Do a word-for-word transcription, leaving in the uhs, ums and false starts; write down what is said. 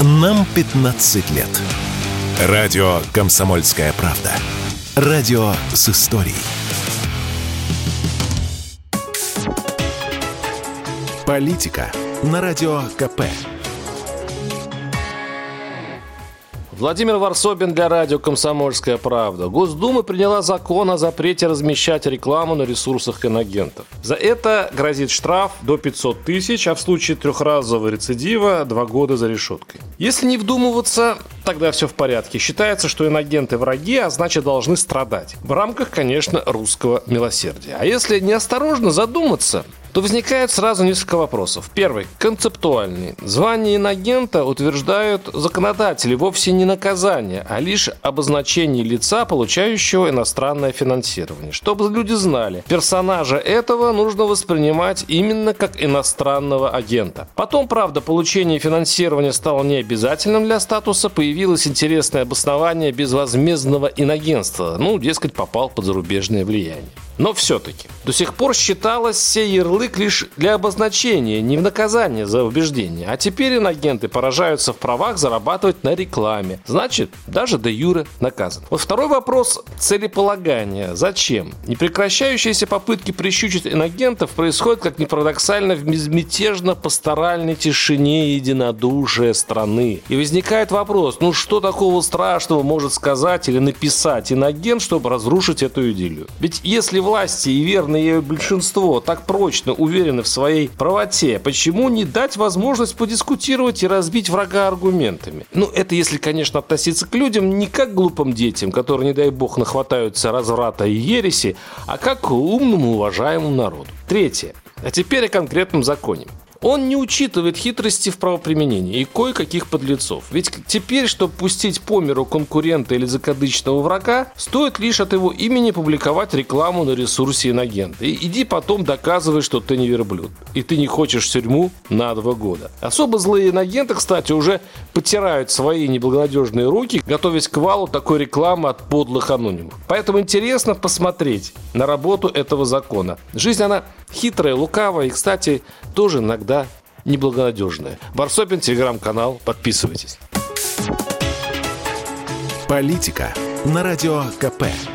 Нам пятнадцать лет. Радио «Комсомольская правда». Радио с историей. Политика на Радио КП. Владимир Варсобин для радио «Комсомольская правда». Госдума приняла закон о запрете размещать рекламу на ресурсах инагентов. За это грозит штраф до пятьсот тысяч, а в случае трехразового рецидива два года за решеткой. Если не вдумываться, тогда все в порядке. Считается, что инагенты враги, а значит должны страдать. В рамках, конечно, русского милосердия. А если неосторожно задуматься, то возникает сразу несколько вопросов. Первый – концептуальный. Звание инагента утверждают законодатели вовсе не наказание, а лишь обозначение лица, получающего иностранное финансирование. Чтобы люди знали, персонажа этого нужно воспринимать именно как иностранного агента. Потом, правда, получение финансирования стало необязательным для статуса, появилось интересное обоснование безвозмездного инагентства. Ну, дескать, попал под зарубежное влияние. Но все-таки до сих пор считалось сей ярлык лишь для обозначения, не в наказание за убеждение. А теперь инагенты поражаются в правах зарабатывать на рекламе. Значит, даже де юре наказан. Вот второй вопрос – целеполагания. Зачем? Непрекращающиеся попытки прищучить инагентов происходят, как ни парадоксально, в безмятежно-пасторальной тишине единодушия страны. И возникает вопрос, ну что такого страшного может сказать или написать инагент, чтобы разрушить эту идиллию? Ведь если власти и верное ее большинство так прочно уверены в своей правоте, почему не дать возможность подискутировать и разбить врага аргументами? Ну, это если, конечно, относиться к людям не как к глупым детям, которые, не дай бог, нахватаются разврата и ереси, а как к умному, уважаемому народу. Третье. А теперь о конкретном законе. Он не учитывает хитрости в правоприменении и кое-каких подлецов. Ведь теперь, чтобы пустить по миру конкурента или закадычного врага, стоит лишь от его имени публиковать рекламу на ресурсе инагента. И иди потом доказывай, что ты не верблюд. И ты не хочешь в тюрьму на два года. Особо злые инагенты, кстати, уже потирают свои неблагонадежные руки, готовясь к валу такой рекламы от подлых анонимов. Поэтому интересно посмотреть на работу этого закона. Жизнь, она хитрая, лукавая и, кстати, тоже иногда неблагонадежная. Варсобин, телеграм-канал. Подписывайтесь. Политика на Радио КП.